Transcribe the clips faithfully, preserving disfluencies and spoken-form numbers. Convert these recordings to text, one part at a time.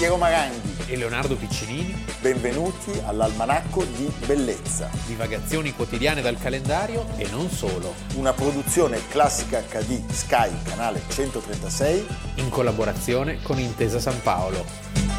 Piero Maranghi e Leonardo Piccinini. Benvenuti all'Almanacco di Bellezza. Divagazioni quotidiane dal calendario e non solo. Una produzione Classica acca di Sky, canale centotrentasei. In collaborazione con Intesa San Paolo.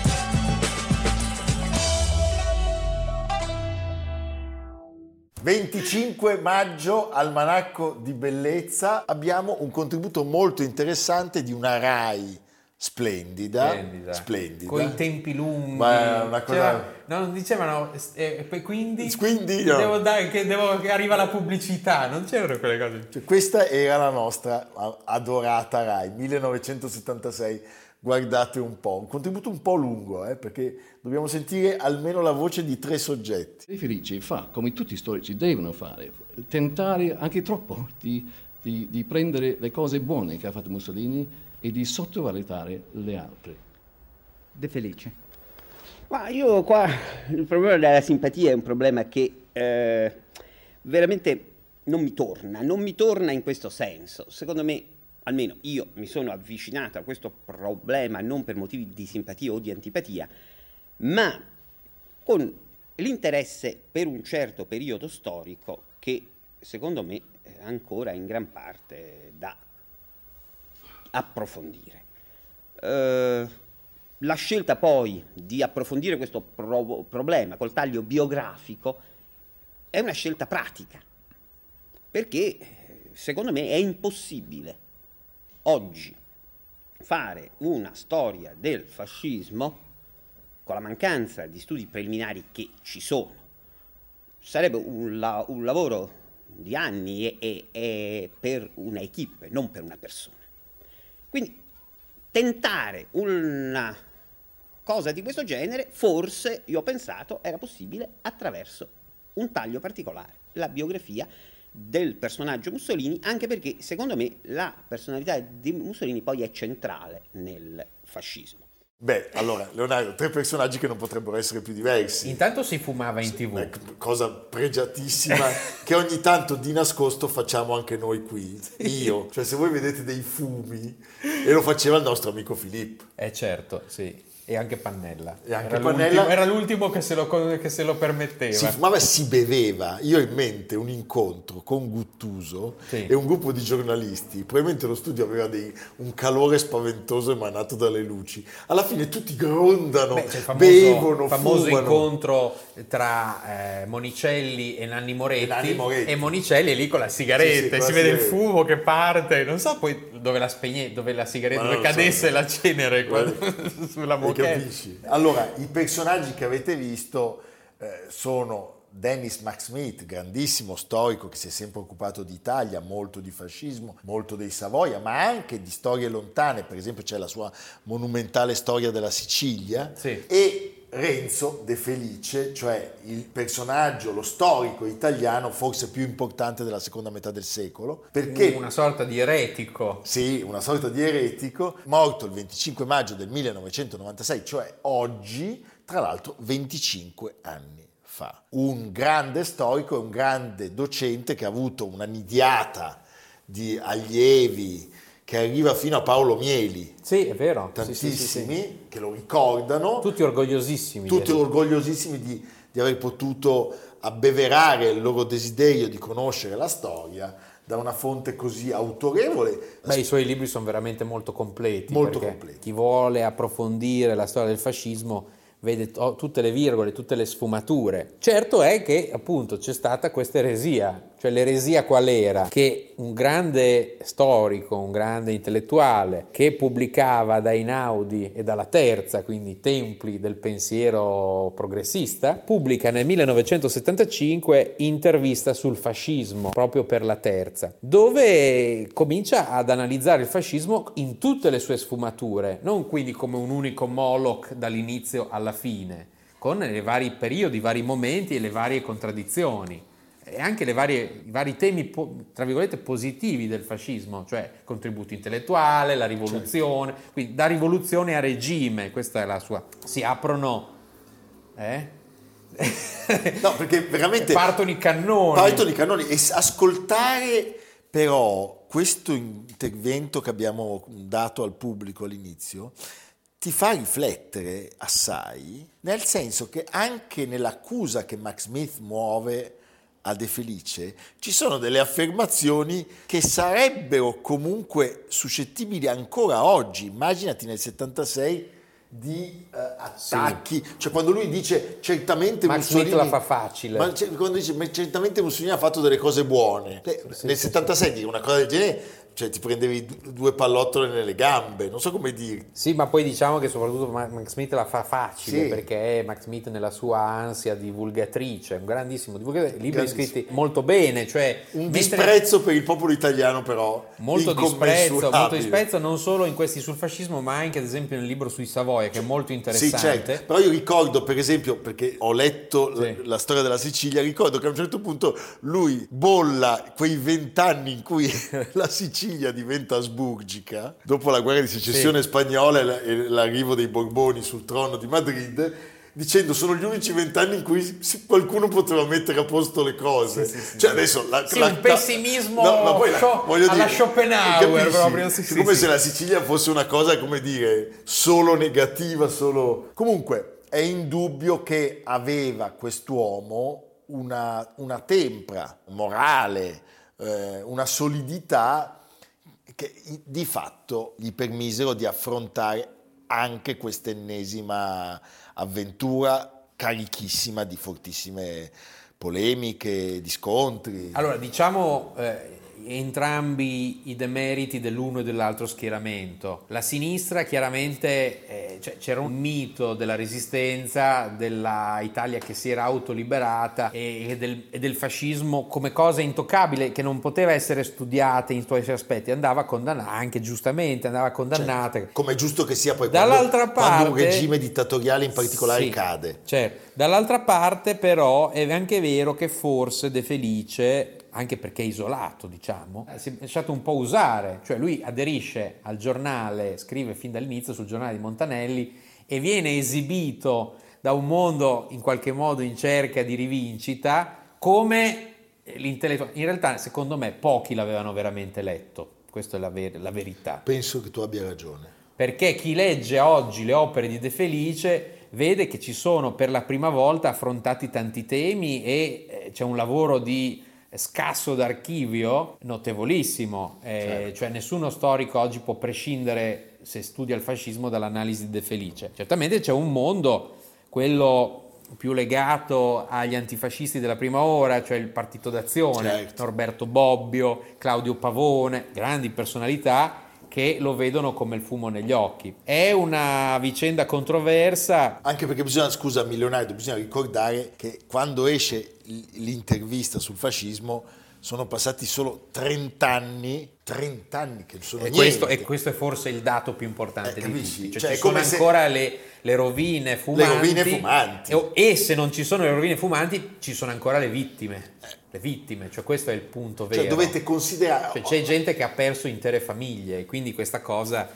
venticinque maggio, Almanacco di Bellezza. Abbiamo un contributo molto interessante di una Rai splendida, splendida, splendida. Con i tempi lunghi. Ma una cosa... no, non dicevano eh, quindi, quindi che no. devo dare, che, devo, che arriva la pubblicità, non c'erano quelle cose. Cioè, questa era la nostra adorata Rai, millenovecentosettantasei. Guardate un po', un contributo un po' lungo, eh, perché dobbiamo sentire almeno la voce di tre soggetti. De Felice fa, come tutti i storici devono fare, tentare anche troppo di, di, di prendere le cose buone che ha fatto Mussolini e di sottovalutare le altre. De Felice. Ma io qua, il problema della simpatia è un problema che eh, veramente non mi torna, non mi torna in questo senso. Secondo me, almeno io mi sono avvicinato a questo problema non per motivi di simpatia o di antipatia, ma con l'interesse per un certo periodo storico che secondo me è ancora in gran parte da approfondire. Uh, la scelta poi di approfondire questo pro- problema col taglio biografico è una scelta pratica, perché secondo me è impossibile oggi fare una storia del fascismo con la mancanza di studi preliminari che ci sono. Sarebbe un, la, un lavoro di anni e, e, e per una equipe, non per una persona. Quindi tentare una cosa di questo genere, forse, io ho pensato, era possibile attraverso un taglio particolare, la biografia del personaggio Mussolini, anche perché secondo me la personalità di Mussolini poi è centrale nel fascismo. Beh, allora, Leonardo, tre personaggi che non potrebbero essere più diversi. Intanto si fumava in tivù. Ecco, cosa pregiatissima che ogni tanto di nascosto facciamo anche noi qui. Io, cioè se voi vedete dei fumi, e lo faceva il nostro amico Filippo. Eh certo, sì. E anche Pannella. E anche era, Pannella l'ultimo, era l'ultimo che se, lo, che se lo permetteva. Si fumava e si beveva. Io ho in mente un incontro con Guttuso sì. e un gruppo di giornalisti. Probabilmente lo studio aveva dei, un calore spaventoso emanato dalle luci. Alla fine tutti grondano, Beh, c'è il famoso, bevono, famoso fumano. incontro tra eh, Monicelli e Nanni Moretti, e Nanni Moretti. E Monicelli è lì con la sigaretta sì, sì, e si vede sigaretta. Il fumo che parte. Non so poi dove la spegne, dove la sigaretta, dove cadesse so. La cenere quando, sulla bocca. Capisci? Allora, i personaggi che avete visto eh, sono Denis Max Smith, grandissimo storico che si è sempre occupato di Italia, molto di fascismo, molto dei Savoia, ma anche di storie lontane, per esempio c'è la sua monumentale storia della Sicilia, sì. E Renzo De Felice, cioè il personaggio, lo storico italiano forse più importante della seconda metà del secolo, perché una sorta di eretico. Sì, una sorta di eretico, morto il venticinque maggio del millenovecentonovantasei, cioè oggi, tra l'altro venticinque anni fa. Un grande storico e un grande docente che ha avuto una nidiata di allievi che arriva fino a Paolo Mieli. Sì, è vero. Tantissimi sì, sì, sì, sì. che lo ricordano. Tutti orgogliosissimi. Tutti orgogliosissimi di, di aver potuto abbeverare il loro desiderio di conoscere la storia da una fonte così autorevole. Beh, i suoi libri sono veramente molto completi. Molto perché completi. Chi vuole approfondire la storia del fascismo vede t- tutte le virgole, tutte le sfumature. Certo è che appunto c'è stata questa eresia, cioè l'eresia qual era? Che un grande storico, un grande intellettuale che pubblicava da Einaudi e dalla Terza, quindi templi del pensiero progressista, pubblica nel millenovecentosettantacinque Intervista sul fascismo, proprio per la Terza, dove comincia ad analizzare il fascismo in tutte le sue sfumature, non quindi come un unico Moloch dall'inizio alla fine, con i vari periodi, i vari momenti e le varie contraddizioni e anche le varie, i vari temi tra virgolette positivi del fascismo, cioè contributo intellettuale, la rivoluzione, certo. Quindi da rivoluzione a regime, questa è la sua, si aprono eh? no perché veramente partono i cannoni partono i cannoni e ascoltare però questo intervento che abbiamo dato al pubblico all'inizio ti fa riflettere assai, nel senso che anche nell'accusa che Mac Smith muove a De Felice ci sono delle affermazioni che sarebbero comunque suscettibili ancora oggi. Immaginati nel settantasei di uh, attacchi, sì. Cioè quando lui dice certamente Max Mussolini Smith la fa facile, ma c- quando dice ma certamente Mussolini ha fatto delle cose buone, sì, sì, nel sì, settantasei sì. Dire una cosa del genere, cioè ti prendevi due pallottole nelle gambe, non so come dire. Sì, ma poi diciamo che soprattutto Mac Smith la fa facile, sì. Perché è Mac Smith nella sua ansia divulgatrice, un grandissimo divulgatore, libri scritti molto bene, cioè un disprezzo per il popolo italiano, però molto disprezzo, molto disprezzo non solo in questi sul fascismo, ma anche ad esempio nel libro sui Savoia, che è molto interessante. Sì, certo. Però io ricordo, per esempio, perché ho letto sì. la, la storia della Sicilia, ricordo che a un certo punto lui bolla quei vent'anni in cui la Sicilia diventa asburgica dopo la guerra di secessione sì. spagnola e l'arrivo dei Borboni sul trono di Madrid, dicendo sono gli unici vent'anni in cui qualcuno poteva mettere a posto le cose. Sì, sì, sì, cioè adesso la, sì, la, un pessimismo no, ma poi la, scio- alla dire, Schopenhauer proprio, sì, come sì, se sì. la Sicilia fosse una cosa, come dire, solo negativa, solo comunque è indubbio che aveva quest'uomo una, una tempra morale, eh, una solidità che di fatto gli permisero di affrontare anche questa ennesima avventura carichissima di fortissime polemiche, di scontri. Allora, diciamo eh, entrambi i demeriti dell'uno e dell'altro schieramento. La sinistra chiaramente eh, cioè, c'era un mito della resistenza, della Italia che si era autoliberata e, e, del, e del fascismo come cosa intoccabile che non poteva essere studiata in suoi aspetti, andava condannata, anche giustamente andava condannata. Certo, come è giusto che sia poi dall'altra quando, parte, quando un regime dittatoriale in particolare sì, cade. Certo. Dall'altra parte però è anche vero che forse De Felice, anche perché è isolato, diciamo, si è lasciato un po' usare, cioè lui aderisce al giornale, scrive fin dall'inizio sul giornale di Montanelli e viene esibito da un mondo in qualche modo in cerca di rivincita come l'intellettuale. In realtà, secondo me, pochi l'avevano veramente letto, questa è la, ver- la verità. Penso che tu abbia ragione. Perché chi legge oggi le opere di De Felice vede che ci sono per la prima volta affrontati tanti temi e c'è un lavoro di scasso d'archivio notevolissimo, eh, certo. Cioè nessuno storico oggi può prescindere, se studia il fascismo, dall'analisi di De Felice. Certamente c'è un mondo, quello più legato agli antifascisti della prima ora, cioè il Partito d'Azione, certo. Norberto Bobbio, Claudio Pavone, grandi personalità che lo vedono come il fumo negli occhi. È una vicenda controversa. Anche perché bisogna, scusami Leonardo, bisogna ricordare che quando esce l'intervista sul fascismo sono passati solo trent'anni, trent'anni che sono e niente. Questo, e questo è forse il dato più importante eh, di capisci? tutti. Cioè, cioè, ci sono se... ancora le, le rovine fumanti. Le rovine fumanti. E, e se non ci sono le rovine fumanti, ci sono ancora le vittime. Eh. Le vittime, cioè questo è il punto vero. Cioè dovete considerare... Cioè, c'è gente che ha perso intere famiglie, e quindi questa cosa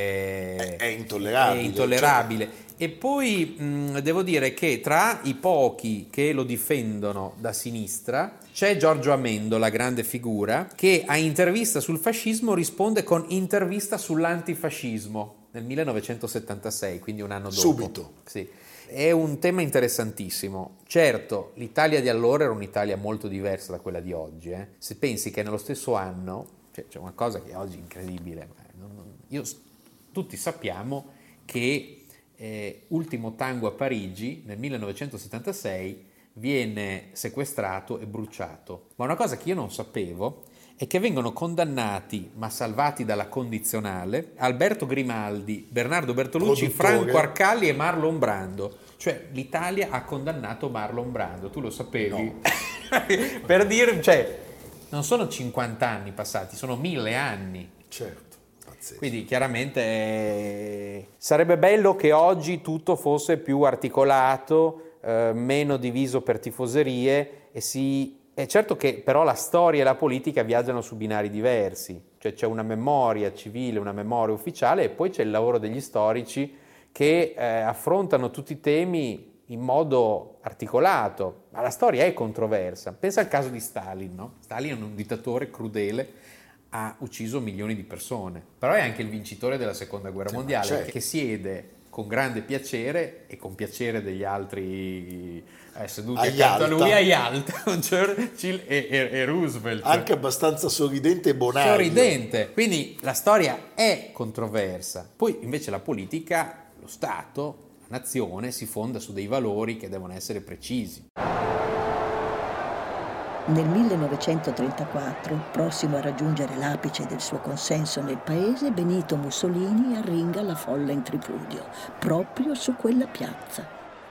è, è, è intollerabile. È intollerabile. Cioè... E poi mh, devo dire che tra i pochi che lo difendono da sinistra c'è Giorgio Amendola, grande figura, che a intervista sul fascismo risponde con intervista sull'antifascismo nel millenovecentosettantasei, quindi un anno dopo. Subito. Sì. È un tema interessantissimo. Certo, l'Italia di allora era un'Italia molto diversa da quella di oggi. Eh. Se pensi che nello stesso anno, cioè, c'è una cosa che oggi è incredibile, io, tutti sappiamo che Eh, Ultimo tango a Parigi nel millenovecentosettantasei viene sequestrato e bruciato, ma una cosa che io non sapevo è che vengono condannati, ma salvati dalla condizionale, Alberto Grimaldi, Bernardo Bertolucci, Produttore. Franco Arcalli e Marlon Brando. Cioè l'Italia ha condannato Marlon Brando, tu lo sapevi? No. Per dire, cioè non sono cinquanta anni passati, sono mille anni. Certo. Quindi chiaramente eh, sarebbe bello che oggi tutto fosse più articolato, eh, meno diviso per tifoserie e si... È certo che però la storia e la politica viaggiano su binari diversi, cioè c'è una memoria civile, una memoria ufficiale e poi c'è il lavoro degli storici che eh, affrontano tutti i temi in modo articolato, ma la storia è controversa. Pensa al caso di Stalin, no? Stalin è un dittatore crudele, ha ucciso milioni di persone, però è anche il vincitore della seconda guerra mondiale, certo. che siede con grande piacere e con piacere degli altri eh, seduti Agli accanto Alta. a lui, agli Alta, Churchill e, e, e Roosevelt. Anche abbastanza sorridente e bonario. Sorridente. Quindi la storia è controversa. Poi invece la politica, lo Stato, la nazione si fonda su dei valori che devono essere precisi. Nel millenovecentotrentaquattro, prossimo a raggiungere l'apice del suo consenso nel paese, Benito Mussolini arringa la folla in tripudio, proprio su quella piazza.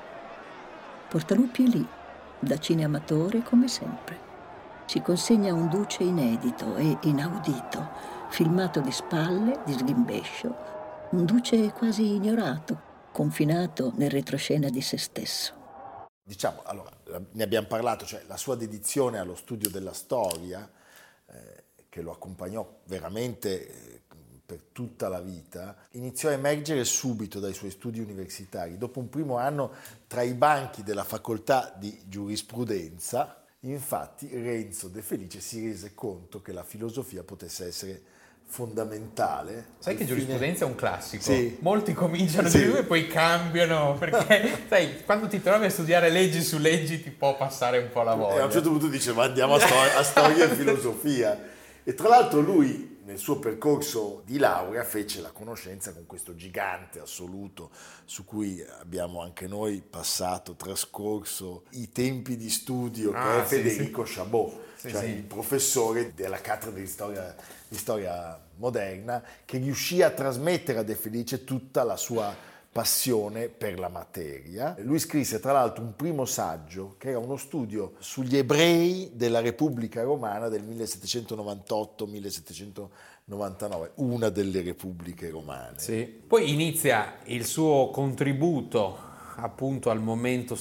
Portaluppi è lì, da cineamatore come sempre. Ci consegna un duce inedito e inaudito, filmato di spalle, di sghimbescio, un duce quasi ignorato, confinato nel retroscena di se stesso. Diciamo, allora, ne abbiamo parlato, cioè la sua dedizione allo studio della storia, eh, che lo accompagnò veramente eh, per tutta la vita, iniziò a emergere subito dai suoi studi universitari. Dopo un primo anno tra i banchi della facoltà di giurisprudenza, infatti Renzo De Felice si rese conto che la filosofia potesse essere fondamentale. Sai che giurisprudenza è un classico? Sì. Molti cominciano Sì. di lui e poi cambiano, perché sai, quando ti trovi a studiare leggi su leggi ti può passare un po' la voglia. E a un certo punto dice ma andiamo a, sto- a storia e filosofia. E tra l'altro lui nel suo percorso di laurea fece la conoscenza con questo gigante assoluto su cui abbiamo anche noi passato, trascorso i tempi di studio, Ah, che è sì, Federico Chabot, Sì, cioè sì. il professore della cattedra di storia, di storia moderna, che riuscì a trasmettere a De Felice tutta la sua passione per la materia. Lui scrisse tra l'altro un primo saggio che era uno studio sugli ebrei della Repubblica Romana del millesettecentonovantotto millesettecentonovantanove, una delle repubbliche romane. Sì. Poi inizia il suo contributo appunto al momento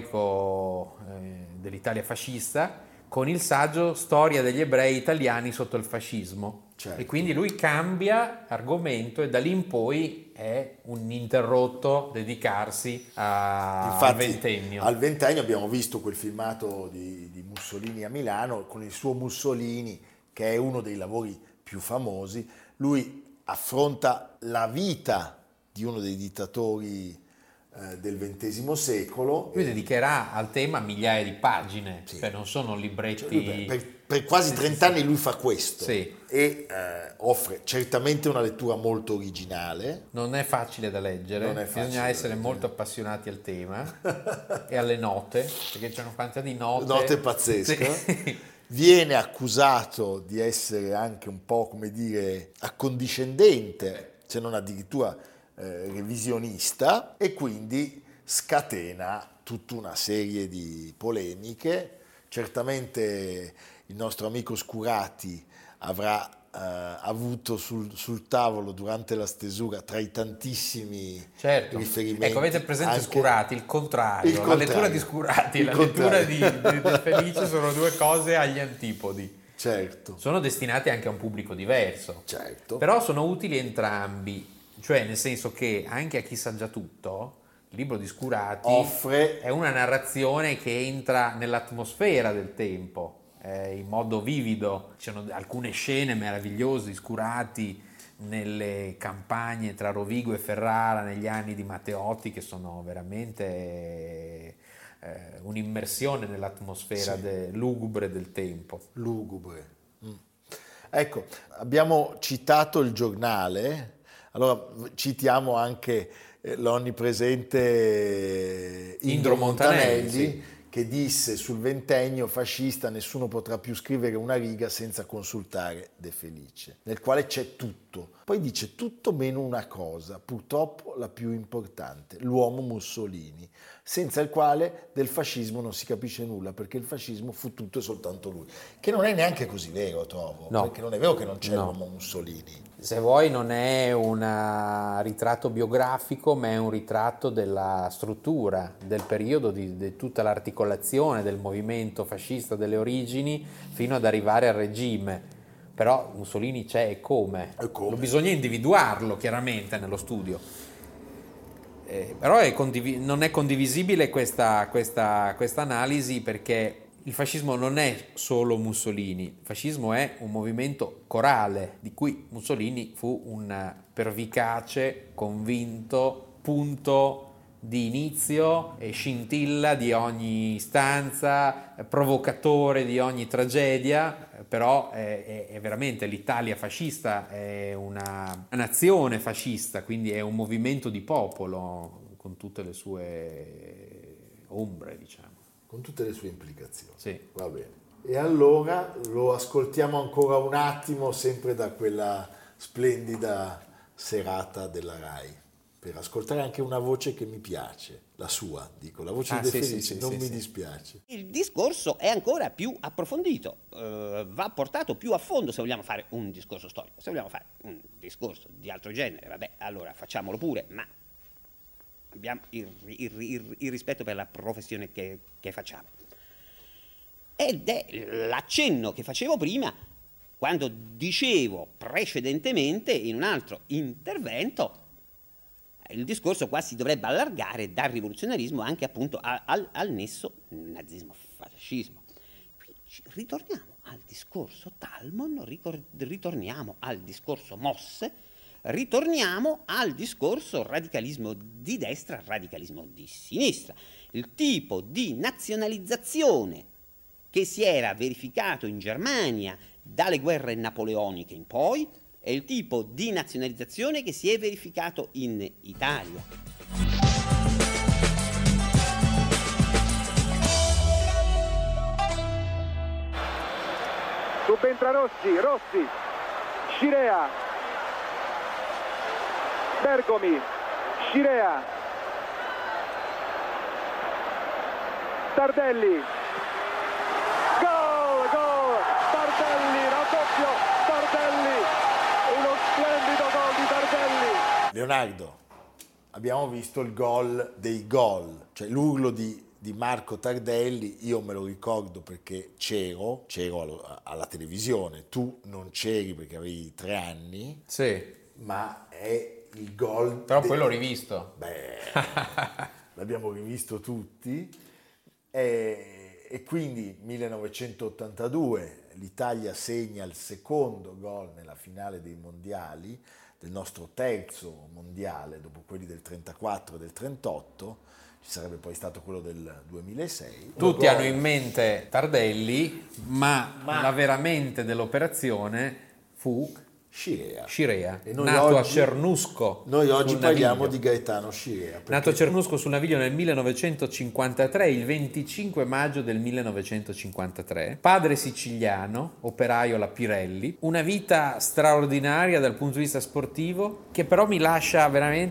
storico eh, dell'Italia fascista con il saggio Storia degli ebrei italiani sotto il fascismo. Certo. E quindi lui cambia argomento e da lì in poi è un ininterrotto dedicarsi a- al Infatti, ventennio. al ventennio abbiamo visto quel filmato di, di Mussolini a Milano con il suo Mussolini, che è uno dei lavori più famosi. Lui affronta la vita di uno dei dittatori eh, del ventesimo secolo. Lui dedicherà al tema migliaia di pagine, Sì. cioè non sono libretti. Cioè, lui per, per- per quasi trent'anni lui fa questo. Sì. E eh, offre certamente una lettura molto originale. Non è facile da leggere, Non è facile bisogna da essere leggere. molto appassionati al tema e alle note, perché c'è una quantità di note. Note pazzesche. Sì. Viene accusato di essere anche un po', come dire, accondiscendente, se non addirittura eh, revisionista, e quindi scatena tutta una serie di polemiche. Certamente il nostro amico Scurati avrà eh, avuto sul, sul tavolo durante la stesura, tra i tantissimi Certo. riferimenti, Ecco, avete presente anche- Scurati, il contrario. Il La contrario. lettura di Scurati e Il la lettura contrario. di, di, di Felice sono due cose agli antipodi. Certo, Sono destinati anche a un pubblico diverso. certo. Però sono utili entrambi, cioè nel senso che anche a chi sa già tutto, il libro di Scurati Offre- è una narrazione che entra nell'atmosfera del tempo, eh, in modo vivido. Ci sono alcune scene meravigliose di Scurati nelle campagne tra Rovigo e Ferrara negli anni di Matteotti che sono veramente eh, un'immersione nell'atmosfera Sì. de- lugubre del tempo. Lugubre. Mm. Ecco, abbiamo citato il giornale, allora citiamo anche eh, l'onnipresente Indro Indro Montanelli, Montanelli, sì. che disse sul ventennio fascista nessuno potrà più scrivere una riga senza consultare De Felice, nel quale c'è tutto. Poi dice tutto meno una cosa, purtroppo la più importante, l'uomo Mussolini, senza il quale del fascismo non si capisce nulla, perché il fascismo fu tutto e soltanto lui. Che non è neanche così vero, trovo, No. perché non è vero che non c'è No. l'uomo Mussolini. Se vuoi non è un eh, ritratto biografico, ma è un ritratto della struttura, del periodo, di, di tutta l'articolazione del movimento fascista delle origini fino ad arrivare al regime. Però Mussolini c'è e come? E come? Lo bisogna individuarlo chiaramente nello studio. Eh, però è condivi- non è condivisibile questa, questa, questa analisi, perché il fascismo non è solo Mussolini, il fascismo è un movimento corale di cui Mussolini fu un pervicace, convinto punto di inizio e scintilla di ogni istanza, provocatore di ogni tragedia, però è, è, è veramente l'Italia fascista, è una nazione fascista, quindi è un movimento di popolo con tutte le sue ombre, diciamo. Con tutte le sue implicazioni. Sì. Va bene. E allora lo ascoltiamo ancora un attimo, sempre da quella splendida serata della Rai, per ascoltare anche una voce che mi piace, la sua, dico, la voce ah, di De sì, Felice, sì, non sì, mi sì. dispiace. Il discorso è ancora più approfondito, uh, va portato più a fondo se vogliamo fare un discorso storico. Se vogliamo fare un discorso di altro genere, vabbè, allora facciamolo pure, ma abbiamo il, il, il, il rispetto per la professione che, che facciamo. Ed è l'accenno che facevo prima quando dicevo precedentemente in un altro intervento il discorso qua si dovrebbe allargare dal rivoluzionarismo anche appunto a, al, al nesso nazismo-fascismo. Ritorniamo al discorso Talmon, ricor- ritorniamo al discorso Mosse, ritorniamo al discorso radicalismo di destra, radicalismo di sinistra. Il tipo di nazionalizzazione che si era verificato in Germania dalle guerre napoleoniche in poi è il tipo di nazionalizzazione che si è verificato in Italia. Subentra Rossi, Rossi, Scirea, Bergomi, Scirea, Tardelli, gol, gol, Tardelli, raddoppio, Tardelli, uno splendido gol di Tardelli. Leonardo, abbiamo visto il gol dei gol, cioè l'urlo di, di Marco Tardelli, io me lo ricordo perché c'ero, c'ero alla televisione, tu non c'eri perché avevi tre anni, Sì. ma è il gol... Però de- poi l'ho rivisto. Beh, l'abbiamo rivisto tutti, e, e quindi millenovecentottantadue l'Italia segna il secondo gol nella finale dei mondiali, del nostro terzo mondiale, dopo quelli del trentaquattro e del trentotto, ci sarebbe poi stato quello del duemilasei. Tutti Un hanno gol- in mente Tardelli, ma, Ma- la vera mente dell'operazione fu Scirea. Scirea, E noi nato a oggi- Cernusco. Noi oggi sul parliamo Naviglio. di Gaetano Scirea. perché- Nato a Cernusco sul Naviglio nel millenovecentocinquantatré, il venticinque maggio del millenovecentocinquantatré, padre siciliano, operaio alla Pirelli, una vita straordinaria dal punto di vista sportivo, che però mi lascia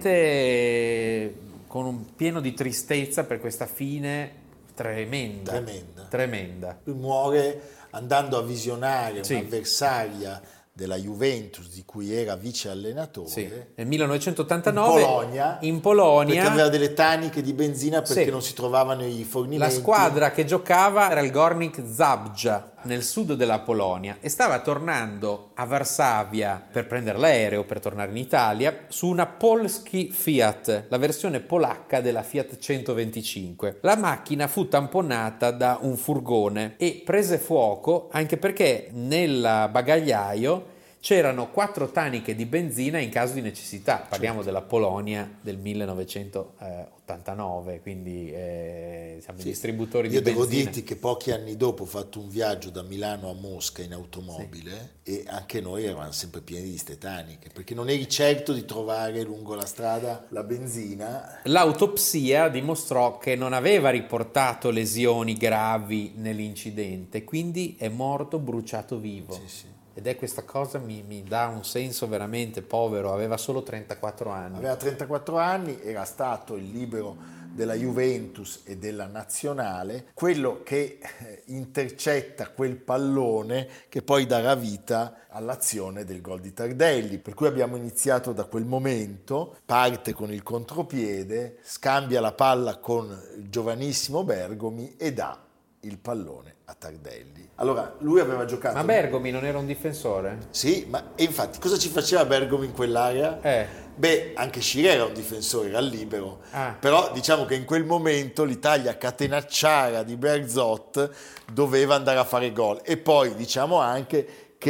veramente con un pieno di tristezza per questa fine tremenda. Tremenda. Tremenda. Lui muore andando a visionare Sì. un'avversaria della Juventus di cui era vice allenatore, Sì. Nel in millenovecentottantanove Polonia, in Polonia perché aveva delle taniche di benzina perché Sì. non si trovavano i fornimenti. la squadra che giocava era il Górnik Zabrze nel sud della Polonia e stava tornando a Varsavia per prendere l'aereo per tornare in Italia su una Polski Fiat, la versione polacca della Fiat centoventicinque. La macchina fu tamponata da un furgone e prese fuoco anche perché nel bagagliaio c'erano quattro taniche di benzina in caso di necessità. Parliamo della Polonia del millenovecentottantanove, quindi eh, siamo Sì. distributori di Io devo benzina. dirti che pochi anni dopo ho fatto un viaggio da Milano a Mosca in automobile e anche noi eravamo sempre pieni di ste taniche, perché non eri certo di trovare lungo la strada la benzina. L'autopsia dimostrò che non aveva riportato lesioni gravi nell'incidente, quindi è morto bruciato vivo. Sì, sì. Ed è questa cosa mi, mi dà un senso veramente povero, aveva solo trentaquattro anni. Aveva trentaquattro anni, era stato il libero della Juventus e della Nazionale, quello che eh, intercetta quel pallone che poi darà vita all'azione del gol di Tardelli, per cui abbiamo iniziato da quel momento, parte con il contropiede, scambia la palla con il giovanissimo Bergomi e dà il pallone a Tardelli. Allora, lui aveva giocato... Ma Bergomi non era un difensore? Sì, ma e infatti cosa ci faceva Bergomi in quell'area? Eh. Beh, anche Scirea era un difensore, era libero, Ah. però diciamo che in quel momento l'Italia catenacciara di Berzot doveva andare a fare gol, e poi diciamo anche che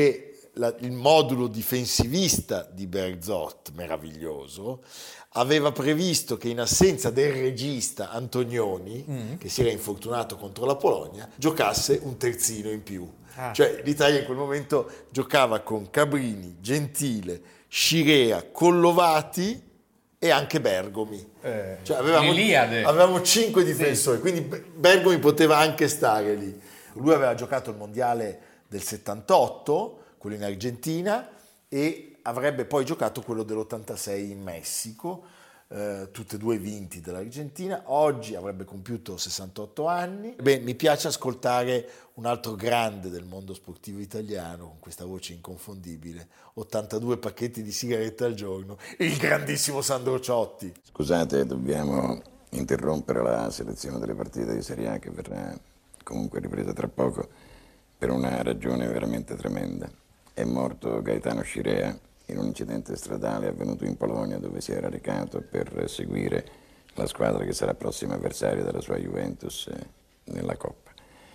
la, il modulo difensivista di Berzot, meraviglioso, aveva previsto che in assenza del regista Antonioni, mm. che si era infortunato contro la Polonia, giocasse un terzino in più. Ah. Cioè l'Italia in quel momento giocava con Cabrini, Gentile, Scirea, Collovati e anche Bergomi. Eh, cioè avevamo, avevamo cinque difensori, sì. Quindi Bergomi poteva anche stare lì. Lui aveva giocato il mondiale del settantotto, quello in Argentina, e avrebbe poi giocato quello dell'ottantasei in Messico, eh, tutte e due vinti dall'Argentina. Oggi avrebbe compiuto sessantotto anni. Beh, mi piace ascoltare un altro grande del mondo sportivo italiano, con questa voce inconfondibile, ottantadue pacchetti di sigarette al giorno, il grandissimo Sandro Ciotti. Scusate, dobbiamo interrompere la selezione delle partite di Serie A, che verrà comunque ripresa tra poco, per una ragione veramente tremenda. È morto Gaetano Scirea in un incidente stradale avvenuto in Polonia, dove si era recato per seguire la squadra che sarà prossima avversaria della sua Juventus nella Coppa.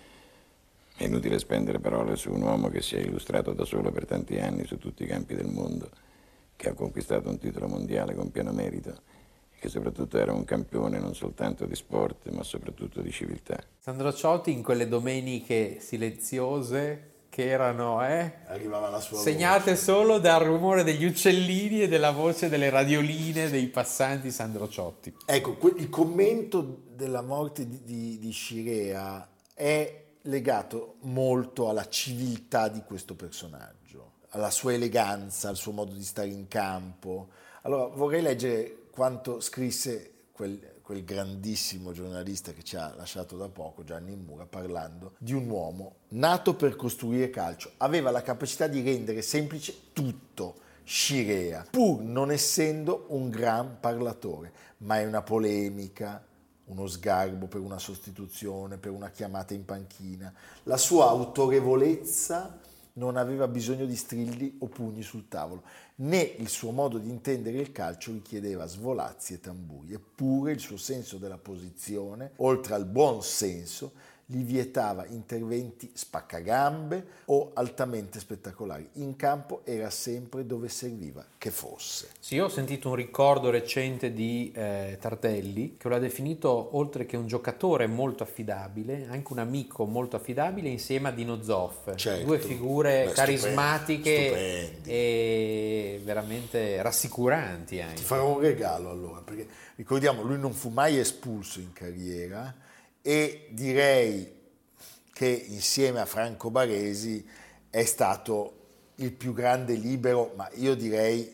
È inutile spendere parole su un uomo che si è illustrato da solo per tanti anni su tutti i campi del mondo, che ha conquistato un titolo mondiale con pieno merito, e che soprattutto era un campione non soltanto di sport, ma soprattutto di civiltà. Sandro Ciotti in quelle domeniche silenziose che erano eh, arrivava la sua segnate voce. Solo dal rumore degli uccellini e della voce delle radioline dei passanti. Sandro Ciotti. Ecco, il commento della morte di, di, di Scirea è legato molto alla civiltà di questo personaggio, alla sua eleganza, al suo modo di stare in campo. Allora vorrei leggere quanto scrisse quel, quel grandissimo giornalista che ci ha lasciato da poco, Gianni Mura, parlando di un uomo nato per costruire calcio. Aveva la capacità di rendere semplice tutto, Scirea, pur non essendo un gran parlatore, mai una polemica, uno sgarbo per una sostituzione, per una chiamata in panchina. La sua autorevolezza non aveva bisogno di strilli o pugni sul tavolo, né il suo modo di intendere il calcio richiedeva svolazzi e tamburi, eppure il suo senso della posizione, oltre al buon senso, gli vietava interventi spaccagambe o altamente spettacolari. In campo era sempre dove serviva che fosse. Sì, io ho sentito un ricordo recente di eh, Tardelli, che lo ha definito, oltre che un giocatore molto affidabile, anche un amico molto affidabile, insieme a Dino Zoff. Certo. Due figure Beh, carismatiche stupendi. E veramente rassicuranti anche. Ti farò un regalo allora, perché ricordiamo, lui non fu mai espulso in carriera, e direi che insieme a Franco Baresi è stato il più grande libero, ma io direi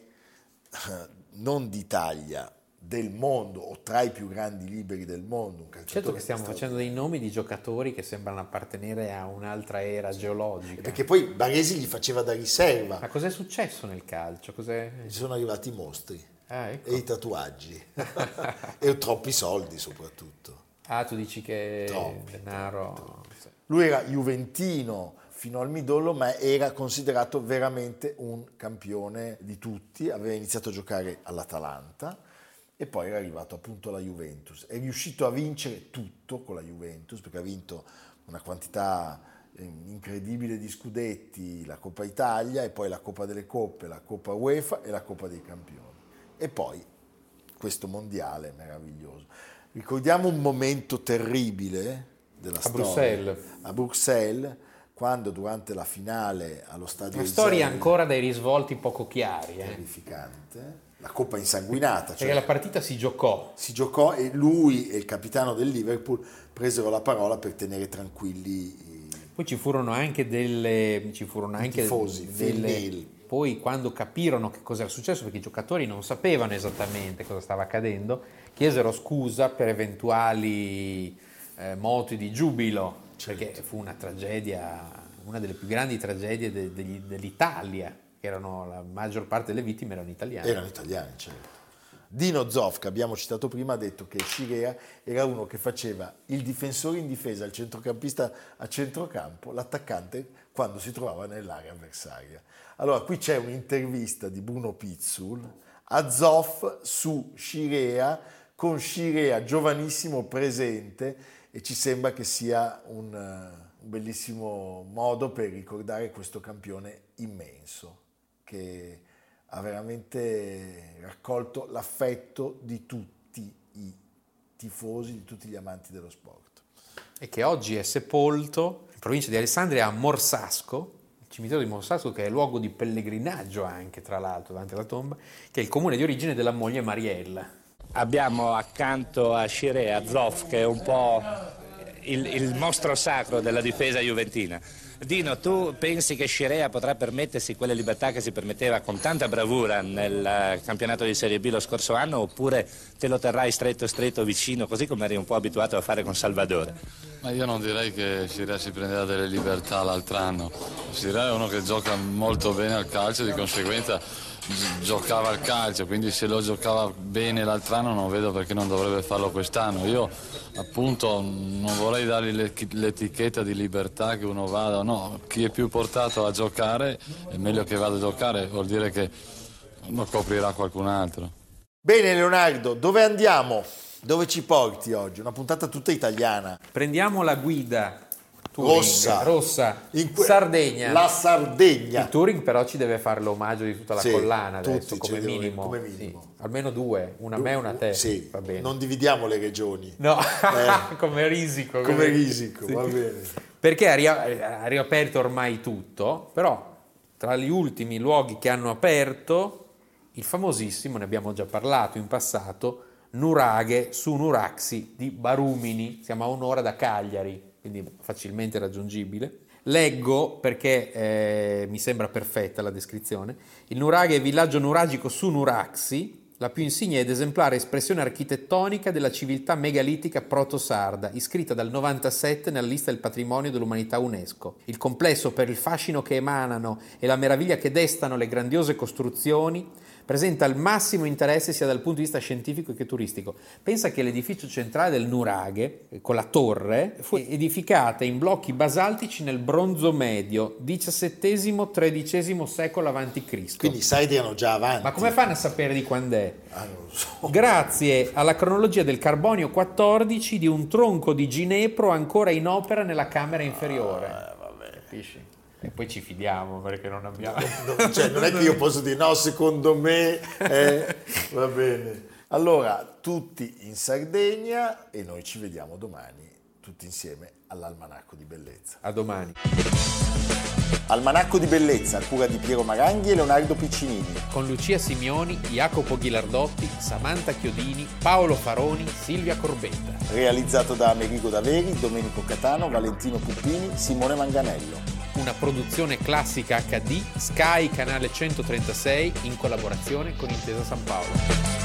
non d'Italia, del mondo, o tra i più grandi liberi del mondo. Un certo che stiamo facendo dei nomi di giocatori che sembrano appartenere a un'altra era geologica. Perché poi Baresi gli faceva da riserva. Ma cos'è successo nel calcio? Cos'è... Ci sono arrivati i mostri, ah, ecco. E i tatuaggi e troppi soldi soprattutto. Ah, tu dici che troppi, denaro... Troppi, troppi. Lui era juventino fino al midollo, ma era considerato veramente un campione di tutti. Aveva iniziato a giocare all'Atalanta e poi era arrivato appunto alla Juventus. È riuscito a vincere tutto con la Juventus, perché ha vinto una quantità incredibile di scudetti, la Coppa Italia e poi la Coppa delle Coppe, la Coppa UEFA e la Coppa dei Campioni. E poi questo mondiale meraviglioso. Ricordiamo un momento terribile della a storia. Bruxelles. A Bruxelles, quando durante la finale allo stadio una storia Isel, ancora dai risvolti poco chiari. Eh. Terrificante. La coppa insanguinata. Perché cioè, la partita si giocò. Si giocò e lui e il capitano del Liverpool presero la parola per tenere tranquilli. Poi ci furono anche delle... Ci furono anche tifosi, delle... Poi quando capirono che cosa era successo, perché i giocatori non sapevano esattamente cosa stava accadendo, chiesero scusa per eventuali eh, moti di giubilo, certo. Perché fu una tragedia, una delle più grandi tragedie de, de, dell'Italia, che erano la maggior parte delle vittime erano italiane. Erano italiani, certo. Dino Zoff, che abbiamo citato prima, ha detto che Scirea era uno che faceva il difensore in difesa, il centrocampista a centrocampo, l'attaccante quando si trovava nell'area avversaria. Allora, qui c'è un'intervista di Bruno Pizzul a Zoff su Scirea, con Scirea giovanissimo presente, e ci sembra che sia un, un bellissimo modo per ricordare questo campione immenso che ha veramente raccolto l'affetto di tutti i tifosi, di tutti gli amanti dello sport. E che oggi è sepolto in provincia di Alessandria a Morsasco, il cimitero di Morsasco, che è luogo di pellegrinaggio anche, tra l'altro, davanti alla tomba, che è il comune di origine della moglie Mariella. Abbiamo accanto a Scirea Zoff, che è un po' il, il mostro sacro della difesa juventina. Dino, tu pensi che Scirea potrà permettersi quelle libertà che si permetteva con tanta bravura nel campionato di Serie B lo scorso anno, oppure te lo terrai stretto stretto vicino, così come eri un po' abituato a fare con Salvadore? Ma io non direi che Scirea si prendeva delle libertà l'altro anno. Scirea è uno che gioca molto bene al calcio, di conseguenza giocava al calcio, quindi se lo giocava bene l'altro anno non vedo perché non dovrebbe farlo quest'anno. Io appunto non vorrei dargli l'etichetta di libertà che uno vada o no, chi è più portato a giocare è meglio che vada a giocare, vuol dire che lo coprirà qualcun altro. Bene Leonardo, dove andiamo? Dove ci porti oggi? Una puntata tutta italiana. Prendiamo la guida Touring, rossa, rossa. In que- Sardegna. La Sardegna. Il Touring però ci deve fare l'omaggio di tutta la sì, collana adesso, tutti, come, cioè, minimo. come minimo. Sì, almeno due, una a me e una a te. Sì, va bene. Non dividiamo le regioni. No, eh. come risico. Come risico, sì. Va bene. Perché ha, ri- ha riaperto ormai tutto, però tra gli ultimi luoghi che hanno aperto, il famosissimo, ne abbiamo già parlato in passato, Nuraghe su Nuraxi di Barumini, siamo a un'ora da Cagliari, quindi facilmente raggiungibile. Leggo perché eh, mi sembra perfetta la descrizione. Il Nuraghe è villaggio nuragico su Nuraxi, la più insigne ed esemplare espressione architettonica della civiltà megalitica proto-sarda, iscritta dal novantasette nella lista del patrimonio dell'umanità UNESCO. Il complesso, per il fascino che emanano e la meraviglia che destano le grandiose costruzioni, presenta il massimo interesse sia dal punto di vista scientifico che turistico. Pensa che l'edificio centrale del Nuraghe, con la torre, fu edificata in blocchi basaltici nel bronzo medio, diciassettesimo tredicesimo secolo avanti Cristo. Quindi i sardi erano già avanti. Ma come fanno a sapere di quando è? Ah, non lo so. Grazie alla cronologia del carbonio quattordici di un tronco di ginepro ancora in opera nella camera inferiore. Ah, vabbè. Capisci? E poi ci fidiamo perché non abbiamo... No, no, cioè, non è che io posso dire no, secondo me eh, va bene. Allora, tutti in Sardegna e noi ci vediamo domani tutti insieme all'Almanacco di Bellezza. A domani. Almanacco di Bellezza, a cura di Piero Maranghi e Leonardo Piccinini. Con Lucia Simioni, Jacopo Ghilardotti, Samantha Chiodini, Paolo Faroni, Silvia Corbetta. Realizzato da Amerigo Daveri, Domenico Catano, Valentino Puppini, Simone Manganello. Una produzione classica acca di Sky Canale centotrentasei in collaborazione con Intesa San Paolo.